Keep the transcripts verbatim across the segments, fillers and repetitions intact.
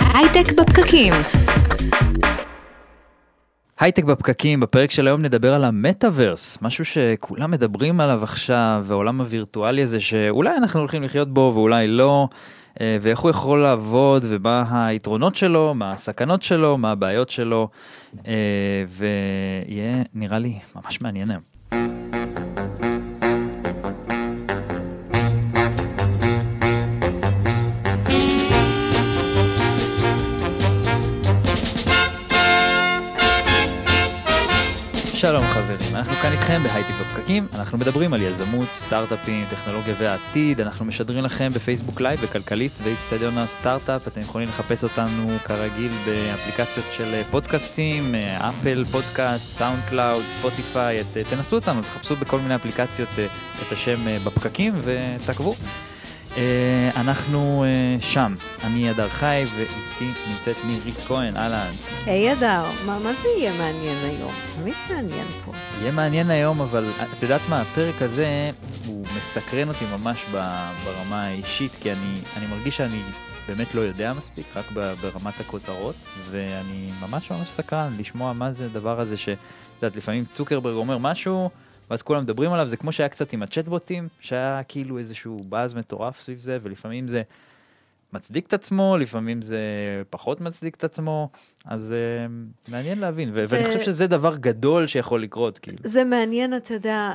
הייטק בפקקים. הייטק בפקקים, בפרק של היום נדבר על המטאברס, משהו שכולם מדברים עליו עכשיו, והעולם הווירטואלי הזה שאולי אנחנו הולכים לחיות בו ואולי לא, ואיך הוא יכול לעבוד, ומה היתרונות שלו, מה הסכנות שלו, מה הבעיות שלו, ויהיה נראה לי ממש מעניין היום. שלום חברים, אנחנו כאן איתכם בהייטק בפקקים, אנחנו מדברים על יזמות, סטארט-אפים, טכנולוגיה והעתיד, אנחנו משדרים לכם בפייסבוק לייב, בכלכלית ואיצטדיון הסטארט-אפ, אתם יכולים לחפש אותנו כרגיל באפליקציות של פודקאסטים, אפל פודקאסט, סאונד קלאוד, ספוטיפיי, תנסו אותנו, תחפשו בכל מיני אפליקציות את השם בפקקים ותעקבו. אנחנו שם, אני אדר חי ואיתי נמצאת מירי כהן, אהלן. היי אדר, מה זה יהיה מעניין היום? תמיד מעניין פה. יהיה מעניין היום, אבל את יודעת מה, הפרק הזה הוא מסקרן אותי ממש ברמה האישית, כי אני, אני מרגיש שאני באמת לא יודע מספיק, רק ברמת הכותרות, ואני ממש ממש סקרן לשמוע מה זה הדבר הזה שאת יודעת, לפעמים צוקרברג אומר משהו, ואז כולם מדברים עליו, זה כמו שהיה קצת עם הצ'טבוטים, שהיה כאילו איזשהו באז מטורף סביב זה, ולפעמים זה מצדיק את עצמו, לפעמים זה פחות מצדיק את עצמו, אז uh, מעניין להבין, ו- זה... ואני חושב שזה דבר גדול שיכול לקרות. כאילו. זה מעניין, אתה יודע,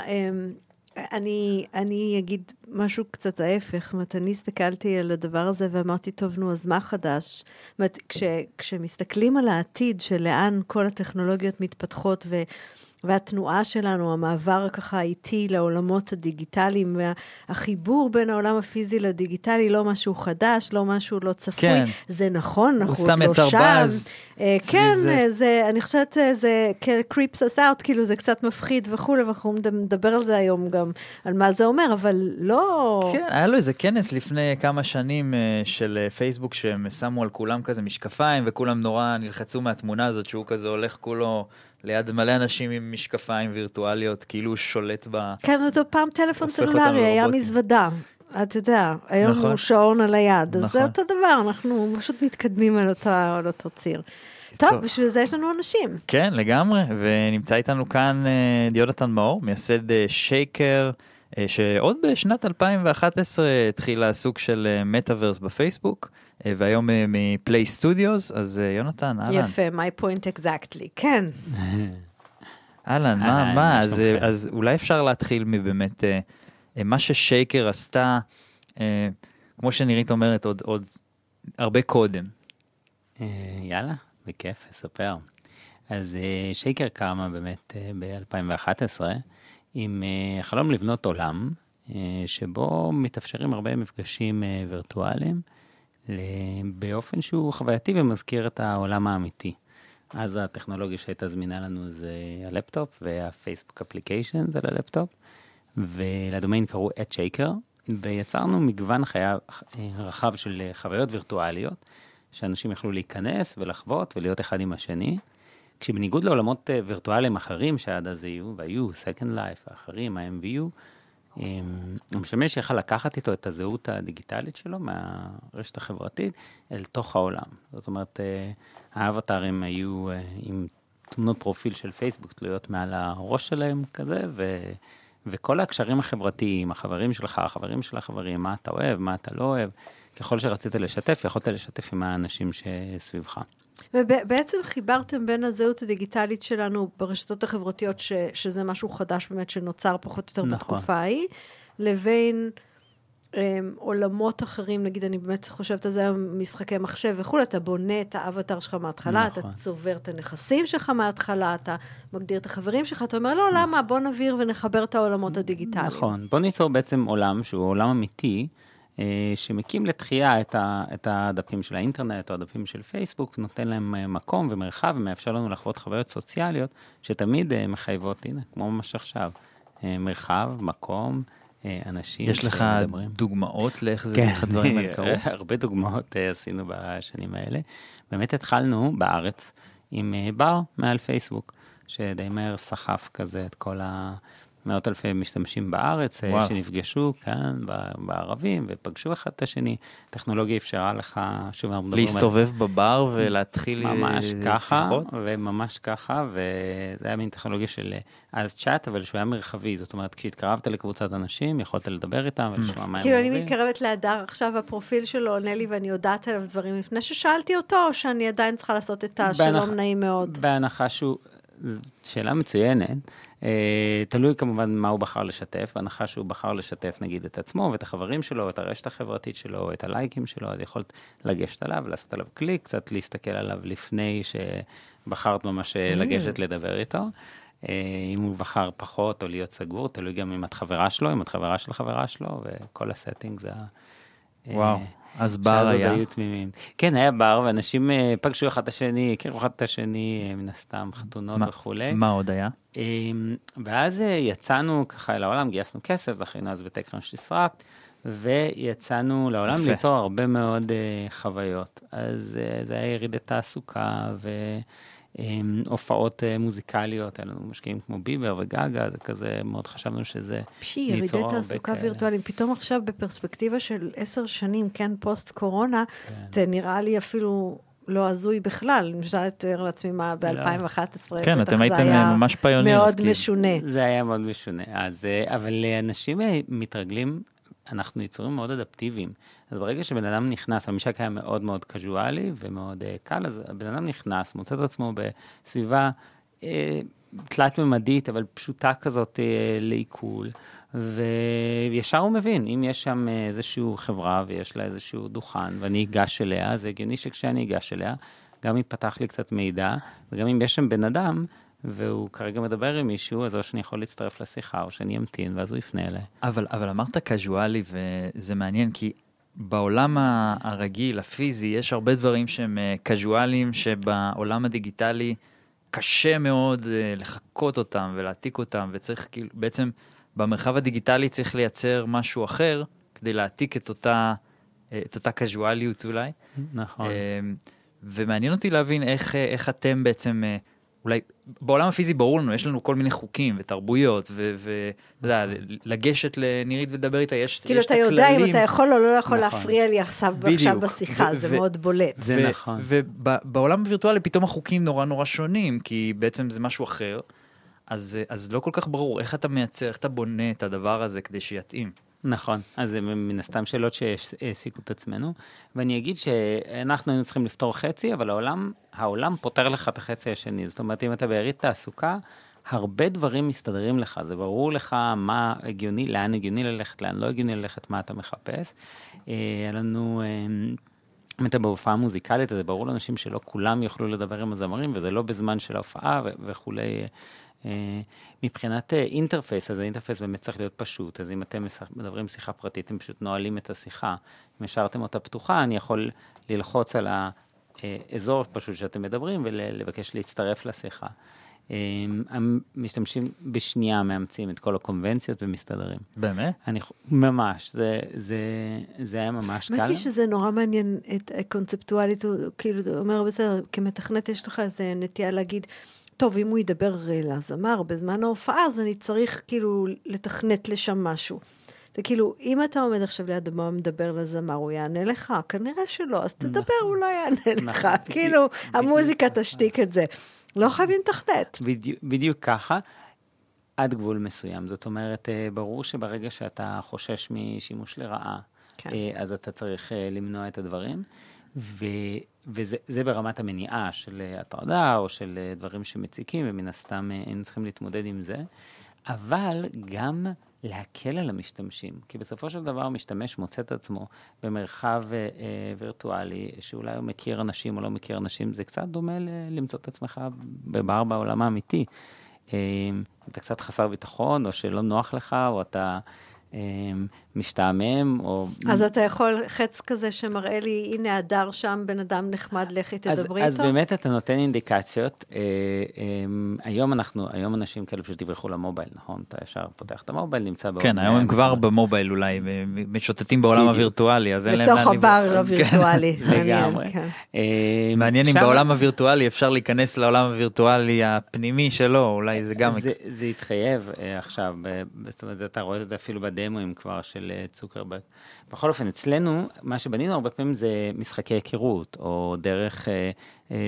אני, אני אגיד משהו קצת ההפך, אני הסתכלתי על הדבר הזה ואמרתי, טוב, נו, אז מה חדש? כש, כשמסתכלים על העתיד של לאן כל הטכנולוגיות מתפתחות ו... והתנועה שלנו, המעבר ככה איטי לעולמות הדיגיטליים, והחיבור בין העולם הפיזי לדיגיטלי, לא משהו חדש, לא משהו לא צפוי. כן. זה נכון, אנחנו לא שם. כן, זה. זה, אני חושבת, זה creeps us out, כאילו זה קצת מפחיד וכו', ואנחנו נדבר על זה היום גם, על מה זה אומר, אבל לא... כן, היה לו איזה כנס לפני כמה שנים של פייסבוק, שהם שמו על כולם כזה משקפיים, וכולם נורא נלחצו מהתמונה הזאת, שהוא כזה הולך כולו... ליד מלא אנשים עם משקפיים וירטואליות, כאילו הוא שולט ב... כן, אותו פעם טלפון סלולרי, היה מזוודה. אתה יודע, היום נכון. הוא שעון על היד. אז נכון. זה אותו דבר, אנחנו פשוט מתקדמים על אותו, על אותו ציר. טוב, טוב, בשביל זה יש לנו אנשים. כן, לגמרי, ונמצא איתנו כאן יונתן מאור, מייסד שייקר, שעוד בשנת אלפיים ואחת עשרה התחיל הסוג של מטאברס בפייסבוק, והיום מפליי סטודיוס, אז יונתן, אהלן. יפה, my point exactly, כן. אהלן, מה, מה, אז, אז אולי אפשר להתחיל מבאמת, מה ששייקר עשתה, כמו שנירית אומרת, עוד, עוד הרבה קודם. יאללה, בכיף, אספר. אז שייקר קמה באמת ב-אלפיים ואחת עשרה, עם חלום לבנות עולם, שבו מתאפשרים הרבה מפגשים וירטואליים, באופן שהוא חווייתי ומזכיר את העולם האמיתי. אז הטכנולוגיה שהייתה זמינה לנו זה הלפטופ, והפייסבוק אפליקיישן זה ללפטופ, ולדומיין קראו את שייקר, ויצרנו מגוון חיה, רחב של חוויות וירטואליות, שאנשים יכלו להיכנס ולחוות ולהיות אחד עם השני, כשבניגוד לעולמות וירטואליים אחרים שעד אז היו, והיו Second Life, האחרים, ה-אם וי יו, הוא משמש יכל לקחת איתו את הזהות הדיגיטלית שלו מהרשת החברתית אל תוך העולם. זאת אומרת, האבטרים היו עם תמונות פרופיל של פייסבוק תלויות מעל הראש שלהם כזה, ו... וכל הקשרים החברתיים, החברים שלך, החברים של החברים, מה אתה אוהב, מה אתה לא אוהב, ככל שרצית לשתף, יכולת לשתף עם האנשים שסביבך. ובעצם חיברתם בין הזהות הדיגיטלית שלנו ברשתות החברתיות, ש, שזה משהו חדש באמת שנוצר פחות או יותר נכון. בתקופה ההיא, לבין um, עולמות אחרים, נגיד אני באמת חושבת על זה משחקי מחשב וכו', אתה בונה את האבטר שלך מההתחלה, נכון. אתה צובר את הנכסים שלך מההתחלה, אתה מגדיר את החברים שלך, אתה אומר לא, למה? בוא נבהיר ונחבר את העולמות הדיגיטליים. נכון, בוא ניצור בעצם עולם שהוא עולם אמיתי, שמקים לתחייה את, ה, את הדפים של האינטרנט או הדפים של פייסבוק, נותן להם מקום ומרחב ומאפשר לנו לחוות חוויות סוציאליות שתמיד מחייבות, הנה, כמו ממש עכשיו, מרחב, מקום, אנשים יש לך מדברים. דוגמאות לאיך זה, כן, איך הדברים האלה קרו? הרבה דוגמאות עשינו בשנים האלה. באמת התחלנו בארץ עם בר מעל פייסבוק, שדי מהר סחף כזה את כל ה... מאות אלפי משתמשים בארץ, וואו. שנפגשו כאן בערבים, ופגשו אחד את השני. טכנולוגיה אפשרה לך, שוב אנחנו מדברים על... להסתובב בבר ולהתחיל ממש ככה, שיחות? וממש ככה, וזה היה מין טכנולוגיה של אז צ'אט, אבל שהוא היה מרחבי, זאת אומרת, כשהתקרבת לקבוצת אנשים, יכולת לדבר איתם ולשמוע מה הם כאילו, אומרים. אני מתקרבת להדר, עכשיו הפרופיל שלו עונה לי, ואני יודעת עליו דברים לפני ששאלתי אותו, או שאני עדיין צריכה לעשות את השלום נעים מאוד. בהנחה שהוא, שאלה מצוינת, תלוי כמובן מה הוא בחר לשתף, בהנחה שהוא בחר לשתף נגיד את עצמו ואת החברים שלו, את הרשת החברתית שלו, את הלייקים שלו, אז יכולת לגשת עליו, לעשות עליו קליק, קצת להסתכל עליו לפני שבחרת ממש לגשת לדבר איתו. אם הוא בחר פחות או להיות סגור, תלוי גם אם את חברה שלו, אם את חברה של חברה שלו, וכל הסטינג זה... וואו. אז בר היה. כן, היה בר, ואנשים פגשו אחד את השני, הכירו אחד את השני, מן הסתם, חתונות וכו'. מה עוד היה? ואז יצאנו ככה אל העולם, גייסנו כסף, זכינו אז בטקראנץ' דיסרפט, ויצאנו לעולם ליצור הרבה מאוד חוויות. אז זה היה ירידי תעסוקה והופעות מוזיקליות, היה לנו משקיעים כמו ביבר וגגה, זה כזה, מאוד חשבנו שזה פשי, ירידי תעסוקה וירטואליים. פתאום עכשיו בפרספקטיבה של עשר שנים, כן, פוסט קורונה, זה נראה לי אפילו... לא הזוי בכלל, אני משנה לתאר לעצמי מה ב-אלפיים ואחת עשרה, כן, אתם הייתם ממש פיוניר. מאוד משונה. זה היה מאוד משונה, אז, אבל אנשים מתרגלים, אנחנו יצורים מאוד אדפטיביים, אז ברגע שבן אדם נכנס, המשק היה מאוד מאוד קזואלי ומאוד קל, אז הבן אדם נכנס, מוצא את עצמו בסביבה תלת ממדית, אבל פשוטה כזאת לעיכול, וישר הוא מבין, אם יש שם איזשהו חברה ויש לה איזשהו דוכן, ואני אגש אליה, זה הגיוני שכשאני אגש אליה, גם יפתח לי קצת מידע, וגם אם יש שם בן אדם, והוא כרגע מדבר עם מישהו, אז או שאני יכול להצטרף לשיחה, או שאני אמתין, ואז הוא יפנה אליי. אבל, אבל אמרת קזואלי, וזה מעניין, כי בעולם הרגיל, הפיזי, יש הרבה דברים שהם קזואליים, שבעולם הדיגיטלי קשה מאוד לחכות אותם ולהעתיק אותם, וצריך כאילו, בעצם במרחב הדיגיטלי צריך לייצר משהו אחר, כדי להעתיק את אותה, את אותה קזואליות אולי. נכון. ומעניין אותי להבין איך, איך אתם בעצם, אולי, בעולם הפיזי ברור לנו, יש לנו כל מיני חוקים ותרבויות, ואתה יודע, לגשת לנירית ולדבר איתה, יש את הכללים. כאילו אתה יודע אם אתה יכול או לא יכול להפריע לי עכשיו בשיחה, זה מאוד בולט. זה נכון. ובעולם הווירטואלי פתאום החוקים נורא נורא שונים, כי בעצם זה משהו אחר, אז, אז לא כל כך ברור איך אתה מייצר, איך אתה בונה את הדבר הזה כדי שיתאים. נכון, אז זה מן הסתם שאלות שהעסיקו את עצמנו, ואני אגיד שאנחנו היינו צריכים לפתור חצי, אבל העולם, העולם פותר לך את החצי השני, זאת אומרת, אם אתה ביריד תעסוקה, הרבה דברים מסתדרים לך, זה ברור לך מה הגיוני, לאן הגיוני ללכת, לאן לא הגיוני ללכת, מה אתה מחפש. היה לנו... אתה בהופעה מוזיקלית, זה ברור לאנשים שלא כולם יוכלו לדבר עם הזמרים, וזה לא בזמן של ההופעה וכולי. מבחינת אינטרפייס, אז האינטרפייס באמת צריך להיות פשוט, אז אם אתם מדברים שיחה פרטית, אתם פשוט נועלים את השיחה, אם השארתם אותה פתוחה, אני יכול ללחוץ על האזור פשוט שאתם מדברים, ולבקש להצטרף לשיחה. משתמשים בשנייה מאמצים את כל הקונבנציות ומסתדרים. באמת? אני, ממש, זה, זה, זה היה ממש קל. אמרתי שזה נורא מעניין את הקונספטואלית, הוא כאילו אומר, בסדר, כמתכנת יש לך איזה נטייה להגיד, טוב, אם הוא ידבר לזמר בזמן ההופעה, אז אני צריך כאילו לתכנת לשם משהו. וכאילו, אם אתה עומד עכשיו ליד מה מדבר לזמר, הוא יענה לך? כנראה שלא, אז תדבר, הוא לא יענה לך. כאילו, המוזיקה תשתיק את זה. לא חייבים לתכנת. בדיוק ככה, עד גבול מסוים. זאת אומרת, ברור שברגע שאתה חושש משימוש לרעה, אז אתה צריך למנוע את הדברים. ו... וזה זה ברמת המניעה של הטרדה או של דברים שמציקים, ומן הסתם היינו צריכים להתמודד עם זה, אבל גם להקל על המשתמשים, כי בסופו של דבר משתמש מוצא את עצמו במרחב אה, וירטואלי, שאולי הוא מכיר אנשים או לא מכיר אנשים, זה קצת דומה ל- למצוא את עצמך בבר בעולם האמיתי. אה, אתה קצת חסר ביטחון, או שלא נוח לך, או אתה משתעמם, או... אז אתה יכול חץ כזה שמראה לי, הנה הדר שם, בן אדם נחמד, לכי תדברי אז, איתו? אז באמת אתה נותן אינדיקציות. אה, אה, היום אנחנו, היום אנשים כאלה פשוט יברחו למובייל, נכון? אתה ישר פותח את המובייל, נמצא בעולם. כן, היום הם כבר במובייל אולי, משוטטים בעולם הווירטואלי, אז אין להם... בתוך הבר הווירטואלי. לגמרי. מעניין אם בעולם הווירטואלי אפשר להיכנס לעולם הווירטואלי הפנימי שלו, אולי זה גם... זה יתחייב עכשיו, זאת אומרת, אתה רואה את זה אפילו בדמוים כבר של צוקרברג. בכל אופן, אצלנו, מה שבנינו הרבה פעמים זה משחקי היכרות, או דרך אה, אה,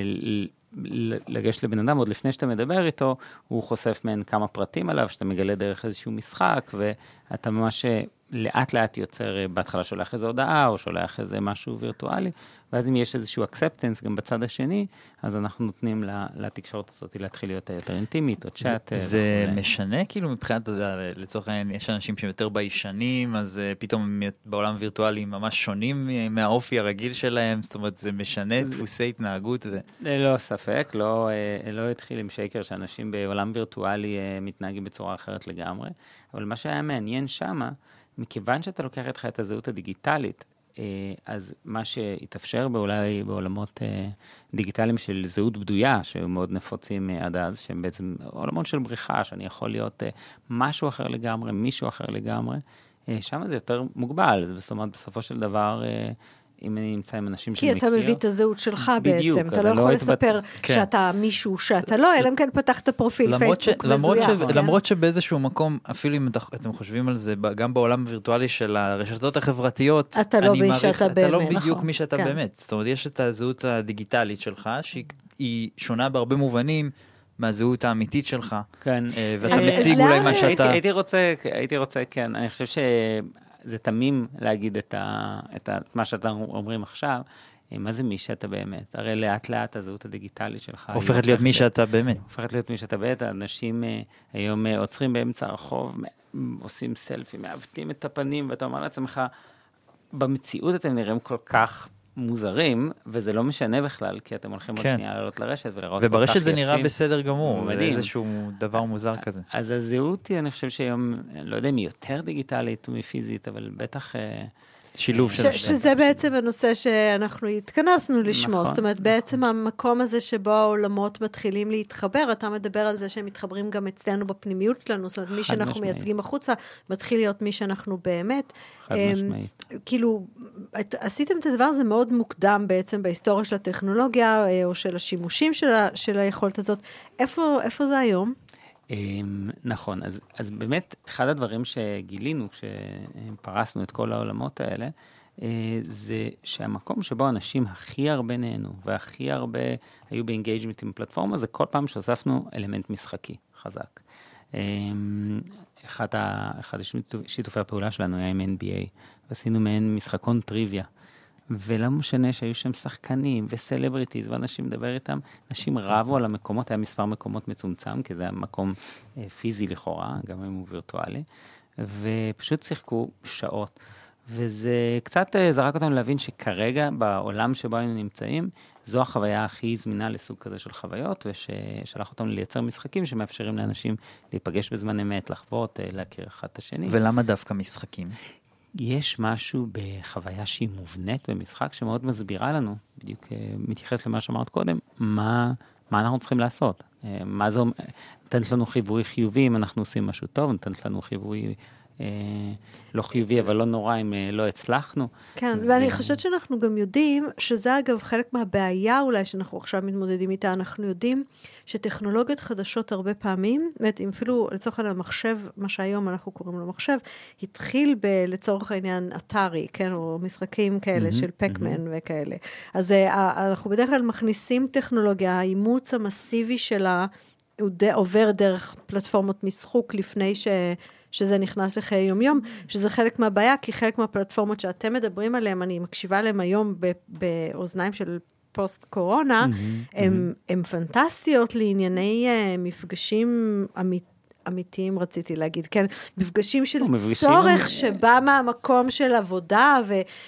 לגשת לבן אדם, עוד לפני שאתה מדבר איתו, הוא חושף מהן כמה פרטים עליו, שאתה מגלה דרך איזשהו משחק, ואתה ממש לאט לאט יוצר, בהתחלה שולח איזו הודעה, או שולח איזה משהו וירטואלי, ואז אם יש איזשהו אקספטנס גם בצד השני, אז אנחנו נותנים לתקשורת הזאת להתחיל להיות יותר אינטימית, או צ'אט. זה משנה, כאילו מבחינת, לצורך העניין, יש אנשים שהם יותר ביישנים, אז פתאום בעולם וירטואלי ממש שונים מהאופי הרגיל שלהם, זאת אומרת, זה משנה דפוסי התנהגות. ללא ספק, לא התחיל עם שייקר שאנשים בעולם וירטואלי מתנהגים בצורה אחרת לגמרי, אבל מה שהיה מעניין שמה, מכיוון שאתה לוקח איתך את הזהות הדיגיטלית, אז מה שהתאפשר באולי בעולמות דיגיטליים של זהות בדויה, שהם מאוד נפוצים עד אז, שהם בעצם עולמות של בריחה, שאני יכול להיות משהו אחר לגמרי, מישהו אחר לגמרי, שם זה יותר מוגבל, זאת אומרת, בסופו של דבר, אם אני נמצא עם אנשים שאני מכיר... כי אתה מביא את הזהות שלך בעצם, אתה לא יכול לספר שאתה מישהו שאתה לא, אלא אם כן פתחת פרופיל פייסבוק מזויף. למרות שבאיזשהו מקום, אפילו אם אתם חושבים על זה, גם בעולם הווירטואלי של הרשתות החברתיות, אתה לא מי שאתה באמת. אתה לא בדיוק מי שאתה באמת. זאת אומרת, יש את הזהות הדיגיטלית שלך, שהיא שונה בהרבה מובנים, מהזהות האמיתית שלך. כן. ואתה מציג אולי מה שאתה... הייתי רוצה, הייתי רוצה, כן, אני חושב ש... זה תמים להגיד את, ה, את, ה, את מה שאתה אומרים עכשיו, מה זה מי שאתה באמת? הרי לאט לאט הזהות הדיגיטלית שלך... הופכת להיות מי שאתה באמת. הופכת להיות מי שאתה באמת, האנשים היום עוצרים באמצע הרחוב, עושים סלפי, מעוותים את הפנים, ואתה אומר לעצמך, במציאות אתם נראים כל כך מוזרים, וזה לא משנה בכלל, כי אתם הולכים עוד שנייה לעלות לרשת ולראות כל כך יפים. וברשת זה נראה בסדר גמור, זה איזשהו דבר מוזר כזה. אז הזהות היא, אני חושב שהיום, לא יודע אם היא יותר דיגיטלית מפיזית, אבל בטח... שילוב של... שזה בעצם הנושא שאנחנו התכנסנו לשמו, זאת אומרת, בעצם המקום הזה שבו העולמות מתחילים להתחבר, אתה מדבר על זה שהם מתחברים גם אצלנו בפנימיות שלנו, זאת אומרת, מי שאנחנו מייצגים החוצה, מתחיל להיות מי שאנחנו באמת. חד משמעית. כאילו, עשיתם את הדבר הזה מאוד מוקדם בעצם בהיסטוריה של הטכנולוגיה, או של השימושים של היכולת הזאת. איפה זה היום? נכון, אז, אז באמת אחד הדברים שגילינו כשפרסנו את כל העולמות האלה, זה שהמקום שבו אנשים הכי הרבה נהנו והכי הרבה היו באינגייג'מנט עם פלטפורמה, זה כל פעם שהוספנו אלמנט משחקי חזק. אחד, ה, אחד שיתופי הפעולה שלנו היה עם אן בי איי, ועשינו מעין משחקון טריוויה. ולא משנה שהיו שם שחקנים וסלבריטיז, ואנשים מדבר איתם, אנשים רבו על המקומות, היה מספר מקומות מצומצם, כי זה היה מקום אה, פיזי לכאורה, גם אם הוא וירטואלי, ופשוט שיחקו שעות. וזה קצת אה, זרק אותנו להבין שכרגע, בעולם שבו היינו נמצאים, זו החוויה הכי זמינה לסוג כזה של חוויות, וששלח אותנו לייצר משחקים שמאפשרים לאנשים להיפגש בזמן אמת, לחוות, אה, להכיר אחד את השני. ולמה דווקא משחקים? יש משהו בחוויה שהיא מובנית במשחק שמאוד מסבירה לנו, בדיוק מתייחס למה שאמרת קודם, מה, מה אנחנו צריכים לעשות. מה זה נותנת לנו חיווי חיובי אם אנחנו עושים משהו טוב, נותנת לנו חיווי אה, לא חיובי, אבל לא נורא אם אה, לא הצלחנו. כן, ו... ואני חושבת שאנחנו גם יודעים, שזה אגב חלק מהבעיה אולי שאנחנו עכשיו מתמודדים איתה, אנחנו יודעים שטכנולוגיות חדשות הרבה פעמים, באמת, אם אפילו לצורך העניין המחשב, מה שהיום אנחנו קוראים לו מחשב, התחיל ב, לצורך העניין אתרי, כן, או משחקים כאלה mm-hmm, של פקמן mm-hmm. וכאלה. אז אה, אנחנו בדרך כלל מכניסים טכנולוגיה, האימוץ המסיבי שלה, הוא ד... עובר דרך פלטפורמות משחוק לפני ש... שזה נכנס לחיי יום-יום, שזה חלק מהבעיה, כי חלק מהפלטפורמות שאתם מדברים עליהן, אני מקשיבה עליהן היום באוזניים של פוסט-קורונה, הן פנטסטיות לענייני מפגשים אמיתיים רציתי להגיד, כן, מפגשים של צורך שבא מהמקום של עבודה,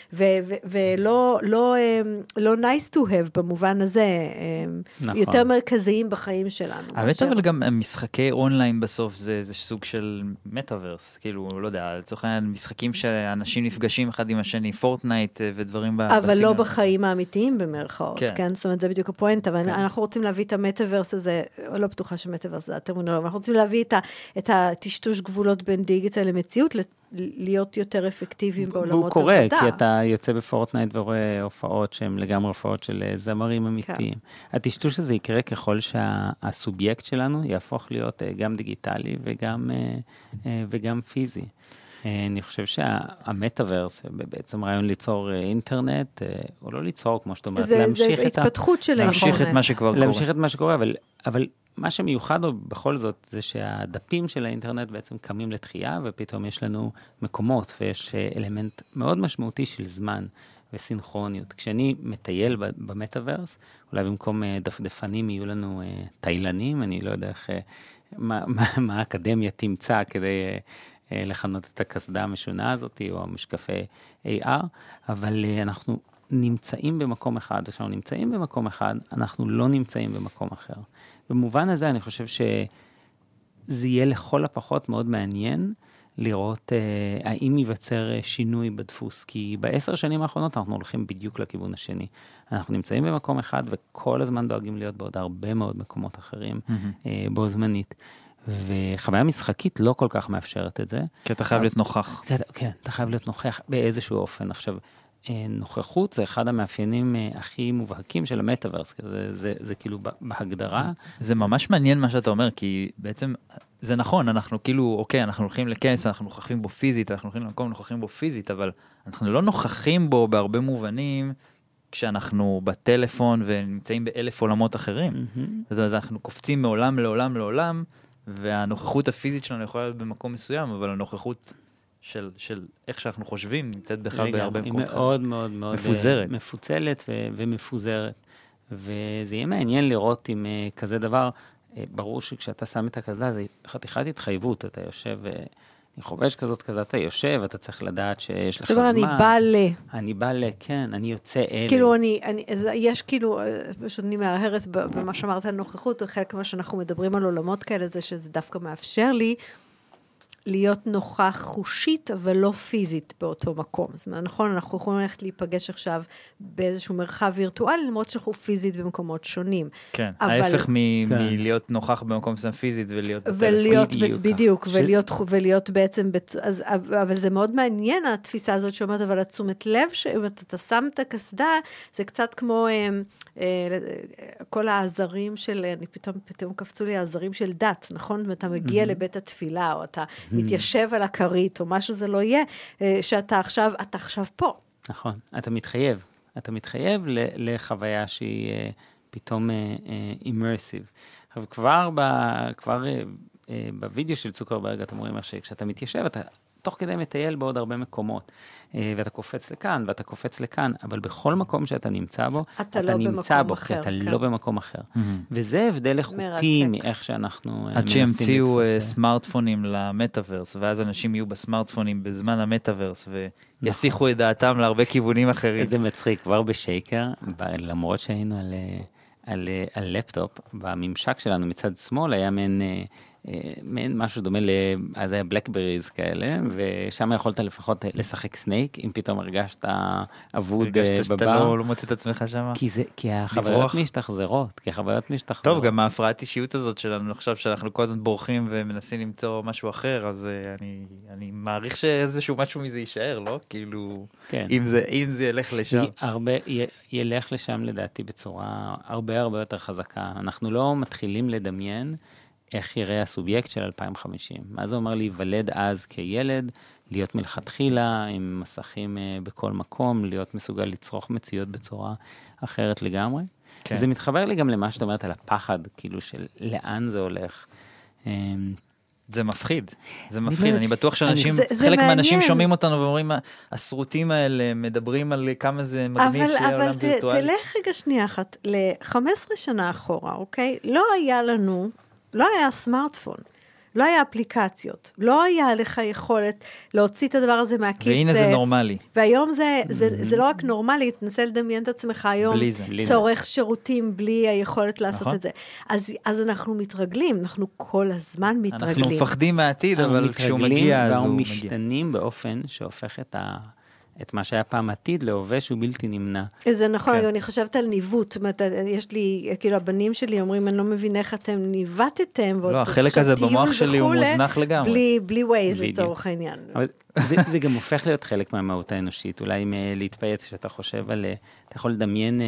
ולא לא nice to have במובן הזה, יותר מרכזיים בחיים שלנו. האמת אבל גם משחקי אונליין בסוף זה סוג של מטאברס, כאילו, לא יודע, לצורך העניין משחקים שאנשים נפגשים אחד עם השני, פורטנייט ודברים בסגנון. אבל לא בחיים האמיתיים במרכאות, כן? זאת אומרת, זה בדיוק הפואנט, אבל אנחנו רוצים להביא את המטאברס הזה, לא בטוחה שמטאברס זה הטרמינולוגיה, אנחנו רוצים להביא את הטשטוש גבולות בין דיגיטל למציאות, להיות יותר אפקטיביים בעולמות עבודה. והוא קורה, כי אתה יוצא בפורטנייט ורואה הופעות שהן לגמרי הופעות של זמרים אמיתיים. הטשטוש הזה יקרה ככל שהסובייקט שלנו יהפוך להיות גם דיגיטלי וגם פיזי. אני חושב שהמטאברס, בעצם רעיון ליצור אינטרנט, או לא ליצור, כמו שאתה אומרת, להמשיך את התפתחות של האינטרנט. להמשיך את מה שכבר קורה. להמשיך את מה שקורה, אבל מה שמיוחד בכל זאת, זה שהדפים של האינטרנט בעצם קמים לתחייה, ופתאום יש לנו מקומות, ויש אלמנט מאוד משמעותי של זמן וסינכרוניות. כשאני מטייל במטאברס, אולי במקום דפדפנים יהיו לנו טיילנים, אני לא יודע איך, מה, מה, מה האקדמיה תמצא כדי לכנות את הכסדה המשונה הזאת, או המשקפי איי אר, אבל אנחנו נמצאים במקום אחד, וכשאנחנו נמצאים במקום אחד, אנחנו לא נמצאים במקום אחר. במובן הזה אני חושב שזה יהיה לכל הפחות מאוד מעניין לראות אה, האם ייווצר שינוי בדפוס, כי בעשר שנים האחרונות אנחנו הולכים בדיוק לכיוון השני. אנחנו נמצאים במקום אחד וכל הזמן דואגים להיות בעוד הרבה מאוד מקומות אחרים mm-hmm. אה, בו זמנית. וחוויה משחקית לא כל כך מאפשרת את זה. כי אתה חייב להיות נוכח. כן, אתה חייב להיות נוכח באיזשהו אופן. עכשיו, נוכחות זה אחד המאפיינים הכי מובהקים של המטאברס, זה, זה, זה כאילו בהגדרה. זה, זה ממש מעניין מה שאתה אומר, כי בעצם זה נכון, אנחנו כאילו, אוקיי, אנחנו הולכים לכנס, אנחנו נוכחים בו פיזית, אנחנו הולכים למקום, נוכחים בו פיזית, אבל אנחנו לא נוכחים בו בהרבה מובנים, כשאנחנו בטלפון ונמצאים באלף עולמות אחרים. Mm-hmm. זאת אומרת, אנחנו קופצים מעולם לעולם לעולם, והנוכחות הפיזית שלנו יכולה להיות במקום מסוים, אבל הנוכחות של, של איך שאנחנו חושבים, נמצאת בכלל בהרבה מקום. היא מאוד מאוד מאוד מפוזרת. מפוצלת ו- ומפוזרת. וזה יהיה מעניין לראות עם uh, כזה דבר, uh, ברור שכשאתה שם את הקסדה, זה חתיכת התחייבות, אתה יושב, uh, אני חובש כזאת כזה, אתה יושב, אתה צריך לדעת שיש לך זמן. אני בא ל... אני בא ל... כן, אני יוצא אלה. כאילו, אני, אני, יש כאילו, פשוט אני מהרהרת במה שאמרת על נוכחות, חלק מה שאנחנו מדברים על עולמות כאלה, זה שזה דווקא מאפשר לי, להיות נוכח חושית, אבל לא פיזית באותו מקום. זאת אומרת, נכון, אנחנו יכולים ללכת להיפגש עכשיו באיזשהו מרחב וירטואלי, למרות שאנחנו פיזית במקומות שונים. כן, אבל... ההפך מלהיות נוכח במקום שם פיזית ולהיות ולהיות בדיוק, ולהיות, ולהיות בעצם, אז, אבל זה מאוד מעניין, התפיסה הזאת שאומרת, אבל התשומת לב, שאם אתה שם את הכסדה, זה קצת כמו כל העזרים של, אני פתאום, פתאום קפצו לי העזרים של דת, נכון? אתה מגיע לבית התפילה, או אתה מתיישב על הכרית, או מה שזה לא יהיה, שאתה עכשיו, אתה עכשיו פה. נכון, אתה מתחייב. אתה מתחייב לחוויה שהיא פתאום אימרסיב. אבל כבר, כבר בווידאו של צוקרברג, אתם רואים איך שכשאתה מתיישב, אתה תוך כדי מטייל בעוד הרבה מקומות, ואתה קופץ לכאן, ואתה קופץ לכאן, אבל בכל מקום שאתה נמצא בו, אתה, אתה לא נמצא בו, אחר, כי אתה כן. לא במקום אחר. Mm-hmm. וזה הבדל איכותי מאיך שאנחנו עד שהמציאו סמארטפונים למטאברס, ואז אנשים יהיו בסמארטפונים בזמן המטאברס, ויסיחו את דעתם להרבה כיוונים אחרים. זה מצחיק, כבר בשייקר, למרות שהיינו על, על, על לפטופ, בממשק שלנו מצד שמאל היה מעין... מעין משהו דומה ל... אז היה בלקבריז כאלה, ושם יכולת לפחות לשחק סנייק, אם פתאום הרגשת אבוד בבר. הרגשת שאתה לא, לא מוצא את עצמך שם? כי, זה, כי החוויות משתחזרות, כי החוויות משתחזרות. טוב, גם ההפרעת אישיות הזאת שלנו, עכשיו שאנחנו כל הזמן בורחים ומנסים למצוא משהו אחר, אז אני, אני מעריך שאיזשהו משהו מזה יישאר, לא? כאילו, כן. אם, זה, אם זה ילך לשם. הרבה, י, ילך לשם לדעתי בצורה הרבה הרבה יותר חזקה. אנחנו לא מתחילים לדמיין איך יראה הסובייקט של אלפיים וחמישים. מה זה אומר להיוולד אז כילד, להיות מלכתחילה עם מסכים בכל מקום, להיות מסוגל לצרוך מציאות בצורה אחרת לגמרי. כן. זה מתחבר לי גם למה שאתה אומרת על הפחד, כאילו של לאן זה הולך. זה מפחיד, זה מפחיד. אני בטוח שאנשים, חלק מהאנשים שומעים אותנו ואומרים, הסרוטים האלה מדברים על כמה זה מגניב שיהיה עולם וירטואלי. אבל תלך רגע שנייה אחת, ל-חמש עשרה שנה אחורה, אוקיי? לא היה לנו... לא היה סמארטפון. לא היה אפליקציות, לא היה לך יכולת להוציא את הדבר הזה מהכיס. והנה זה נורמלי. והיום זה, זה, זה לא רק נורמלי, תנסה לדמיין את עצמך היום, צורך שירותים בלי היכולת לעשות נכון. את זה. אז, אז אנחנו מתרגלים, אנחנו כל הזמן מתרגלים. אנחנו מפחדים מהעתיד, אבל כשהוא מגיע, אז הוא מתרגלים מגיע. ומשתנים באופן שהופך את ה... את מה שהיה פעם עתיד להווה שהוא בלתי נמנע. זה נכון, כן. אני חושבת על ניווט, יש לי, כאילו הבנים שלי אומרים, אני לא מבין איך אתם ניווטתם, לא, החלק הזה במוח שלי הוא מוזנח לגמרי. בלי, בלי ווייז לצורך העניין. אבל זה, זה גם הופך להיות חלק מהמהות האנושית, אולי אם להתפייץ, שאתה חושב על, אתה יכול לדמיין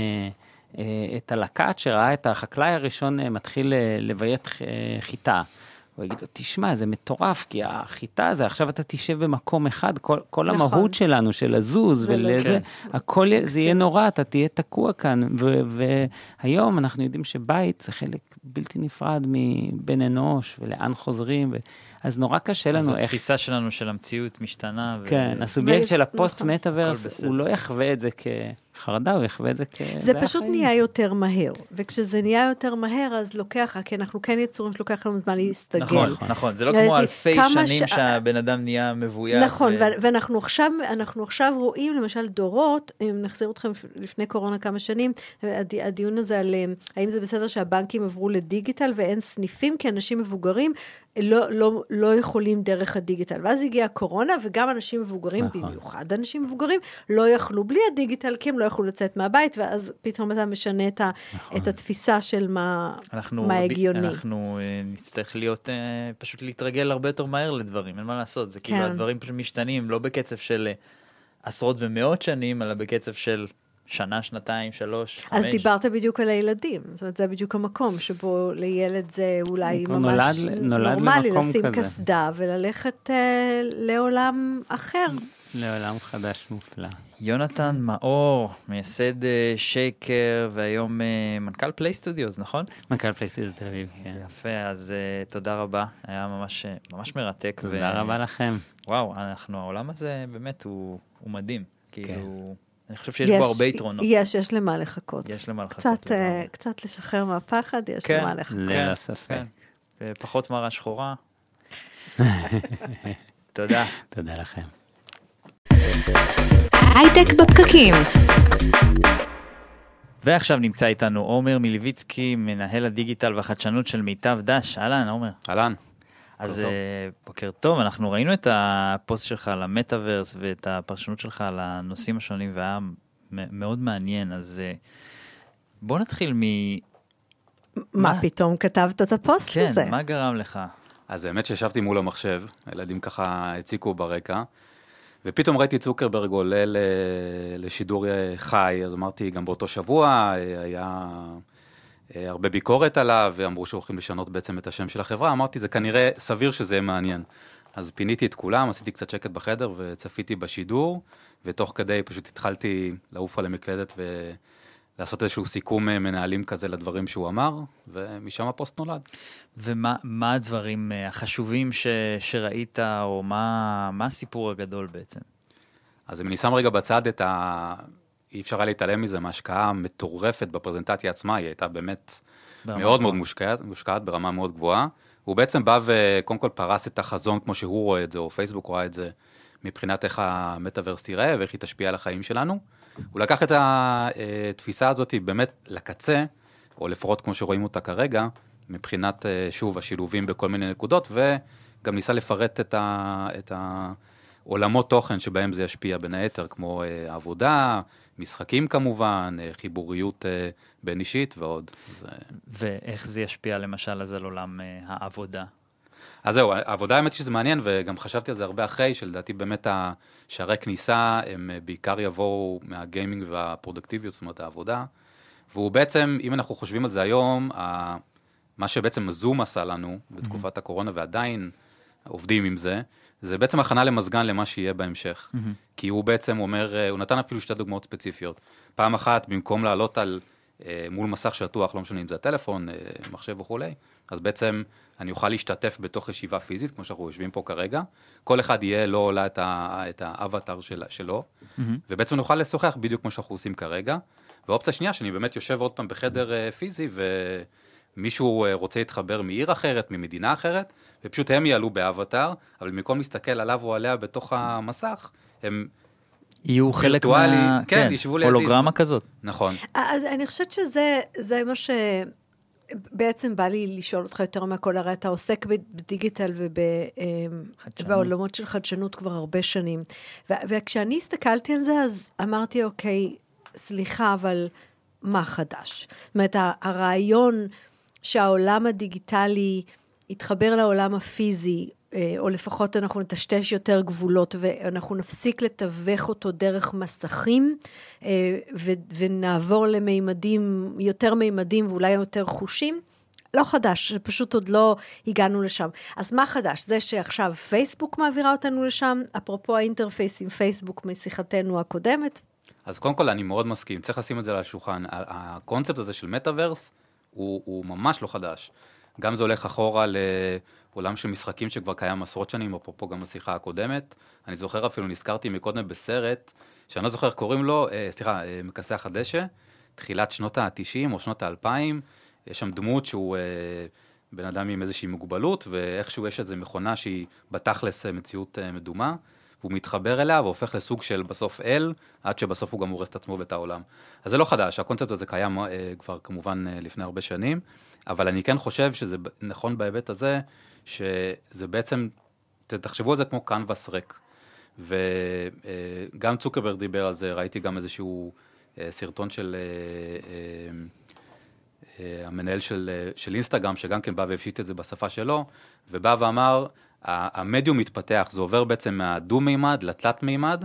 את הלקט שראה את החקלאי הראשון מתחיל לביית חיטה, הוא יגיד לו, תשמע, זה מטורף, כי החיטה הזה, עכשיו אתה תשב במקום אחד, כל, כל נכון. המהות שלנו, של לזוז, ולזה, הכל זה יהיה נורא, אתה תהיה תקוע כאן, ו- והיום אנחנו יודעים שבית זה חלק בלתי נפרד מבן אנוש, ולאן חוזרים, ו- אז נורא קשה לנו. אז איך... התפיסה שלנו של המציאות משתנה. ו... כן, הסובייקט ו... של הפוסט-מטאברס, הוא לא יחווה את זה כחרדה, הוא יחווה את זה כ... זה פשוט נהיה יותר מהר, וכשזה נהיה יותר מהר, אז לוקח, כי אנחנו כן יצורים שלוקח לנו זמן להסתגל. נכון, נכון, זה לא כמו אלפי שנים שהבן אדם נהיה מבוית. נכון, ואנחנו עכשיו, אנחנו עכשיו רואים, למשל, דורות, אם נחזיר אתכם לפני קורונה כמה שנים, הדיון הזה על האם זה בסדר שהבנקים עברו לדיגיטל ואין סניפים, כי אנשים מבוגרים לא, לא, לא יכולים דרך הדיגיטל. ואז הגיעה הקורונה, וגם אנשים מבוגרים, נכון. במיוחד אנשים מבוגרים, לא יכלו בלי הדיגיטל, כי הם לא יכלו לצאת מהבית, ואז פתאום אתה משנה את, ה, נכון. את התפיסה של מה, אנחנו, מה הגיוני. אנחנו נצטרך להיות, פשוט להתרגל הרבה יותר מהר לדברים, אין מה לעשות. זה כן. כאילו הדברים משתנים, לא בקצב של עשרות ומאות שנים, אלא בקצב של שנה, שנתיים, שלוש, אז חמש. דיברת בדיוק על הילדים, זאת אומרת, זה בדיוק המקום שבו לילד זה אולי ממש נולד, נולד נורמלי, לשים כסדה וללכת אה, לעולם אחר. לעולם חדש מופלא. יונתן מאור, מייסד אה, שייקר, והיום אה, מנכ"ל פליי סטודיוס, נכון? מנכ"ל פליי סטודיוס תל אביב, כן. יפה, אז אה, תודה רבה, היה ממש, ממש מרתק. תודה ו... רבה לכם. וואו, אנחנו, העולם הזה באמת הוא, הוא מדהים, כאילו... כן. אני חושב שיש בו הרבה יתרונות. יש, יש למה לחכות. יש למה לחכות. קצת, קצת לשחרר מהפחד, יש כן, למה לחכות. ללא ספק. כן. ופחות מראה שחורה. תודה. תודה לכם. הייטק בפקקים. ועכשיו נמצא איתנו עומר מלביצקי, מנהל הדיגיטל והחדשנות של מיטב דש. אהלן, עומר. אהלן. אז בוקר טוב, אנחנו ראינו את הפוסט שלך על המטאברס ואת הפרשנות שלך על הנושאים השונים, והיה מאוד מעניין, אז בוא נתחיל מ... מה פתאום כתבת את הפוסט הזה? כן, מה גרם לך? אז האמת שישבתי מול המחשב, הילדים ככה הציקו ברקע, ופתאום ראיתי צוקרברג עולה לשידור חי, אז אמרתי, גם באותו שבוע היה... הרבה ביקורת עליו, ואמרו שהולכים לשנות בעצם את השם של החברה, אמרתי, זה כנראה סביר שזה יהיה מעניין. אז פיניתי את כולם, עשיתי קצת שקט בחדר, וצפיתי בשידור, ותוך כדי פשוט התחלתי לעוף על המקלדת, ולעשות איזשהו סיכום מנהלים כזה לדברים שהוא אמר, ומשם הפוסט נולד. ומה מה הדברים החשובים ש, שראית, או מה, מה הסיפור הגדול בעצם? אז אם אני שם רגע בצד את ה... אי אפשר היה להתעלם מזה, מהשקעה מטורפת בפרזנטציה עצמה, היא הייתה באמת מאוד מאוד מושקעת, מושקעת ברמה מאוד גבוהה. הוא בעצם בא וקודם כל פרס את החזון כמו שהוא רואה את זה, או פייסבוק רואה את זה, מבחינת איך המטאברס תיראה, ואיך היא תשפיע על החיים שלנו. הוא לקח את התפיסה הזאת באמת לקצה, או לפחות כמו שרואים אותה כרגע, מבחינת, שוב, השילובים בכל מיני נקודות, וגם ניסה לפרט את ה... את ה עולמות תוכן שבהם זה ישפיע בין היתר, כמו אה, עבודה, משחקים כמובן, אה, חיבוריות אה, בין אישית ועוד. זה... ואיך זה ישפיע למשל אז על עולם אה, העבודה? אז זהו, העבודה האמת שזה מעניין, וגם חשבתי על זה הרבה אחרי, שלדעתי באמת השערי כניסה הם בעיקר יבואו מהגיימינג והפרודקטיביות, זאת אומרת העבודה, והוא בעצם, אם אנחנו חושבים על זה היום, ה... מה שבעצם הזום עשה לנו בתקופת הקורונה, ועדיין עובדים עם זה, זה בעצם הכנה למזגן למה שיהיה בהמשך. Mm-hmm. כי הוא בעצם אומר, הוא נתן אפילו שתי דוגמאות ספציפיות. פעם אחת, במקום לעלות על מול מסך שטוח, לא משנה אם זה הטלפון, מחשב וכולי, אז בעצם אני אוכל להשתתף בתוך ישיבה פיזית, כמו שאנחנו יושבים פה כרגע. כל אחד יהיה לא עולה את, ה, את האבטר של, שלו, mm-hmm. ובעצם נוכל לשוחח בדיוק כמו שאנחנו עושים כרגע. והאופציה שנייה, שאני באמת יושב עוד פעם בחדר פיזי, ו... מישהו רוצה להתחבר מעיר אחרת, ממדינה אחרת, ופשוט הם יעלו באבטר, אבל במקום להסתכל עליו או עליה בתוך המסך, הם יהיו חלק מה... כן, ישבו לידי. הולוגרמה כזאת. נכון. אז אני חושבת שזה זה מה שבעצם בא לי לשאול אותך יותר מהכל, הרי אתה עוסק בדיגיטל ובעולמות של חדשנות כבר הרבה שנים, וכשאני הסתכלתי על זה, אז אמרתי, אוקיי, סליחה, אבל מה חדש? זאת אומרת, הרעיון שהעולם הדיגיטלי יתחבר לעולם הפיזי, או לפחות אנחנו נטשטש יותר גבולות, ואנחנו נפסיק לתווך אותו דרך מסכים, ונעבור למימדים, יותר מימדים, ואולי יותר חושים, לא חדש, פשוט עוד לא הגענו לשם. אז מה חדש? זה שעכשיו פייסבוק מעבירה אותנו לשם, אפרופו האינטרפייס עם פייסבוק משיחתנו הקודמת. אז קודם כל אני מאוד מסכים, צריך לשים את זה על השולחן. הקונספט הזה של מטאברס הוא, הוא ממש לא חדש. גם זה הולך אחורה לעולם של משחקים שכבר קיים עשרות שנים, אפרופו גם בשיחה הקודמת. אני זוכר אפילו, נזכרתי מקודם בסרט, שאני לא זוכר איך קוראים לו, אה, סליחה, אה, מכסח הדשא, תחילת שנות ה-תשעים או שנות ה-אלפיים, יש שם דמות שהוא אה, בן אדם עם איזושהי מוגבלות, ואיכשהו יש איזו מכונה שהיא בתכלס מציאות אה, מדומה, והוא מתחבר אליה והופך לסוג של בסוף אל, עד שבסוף הוא גם הורס את עצמו ואת העולם. אז זה לא חדש, הקונספט הזה קיים אה, כבר כמובן אה, לפני הרבה שנים, אבל אני כן חושב שזה נכון בהיבט הזה, שזה בעצם, תחשבו על זה כמו קנבס ריק, וגם צוקרברג דיבר על זה, ראיתי גם איזשהו סרטון של המנהל של, של אינסטגרם, שגם כן בא והפשיט את זה בשפה שלו, ובא ואמר, המדיום מתפתח, זה עובר בעצם מהדו-מימד לתלת-מימד,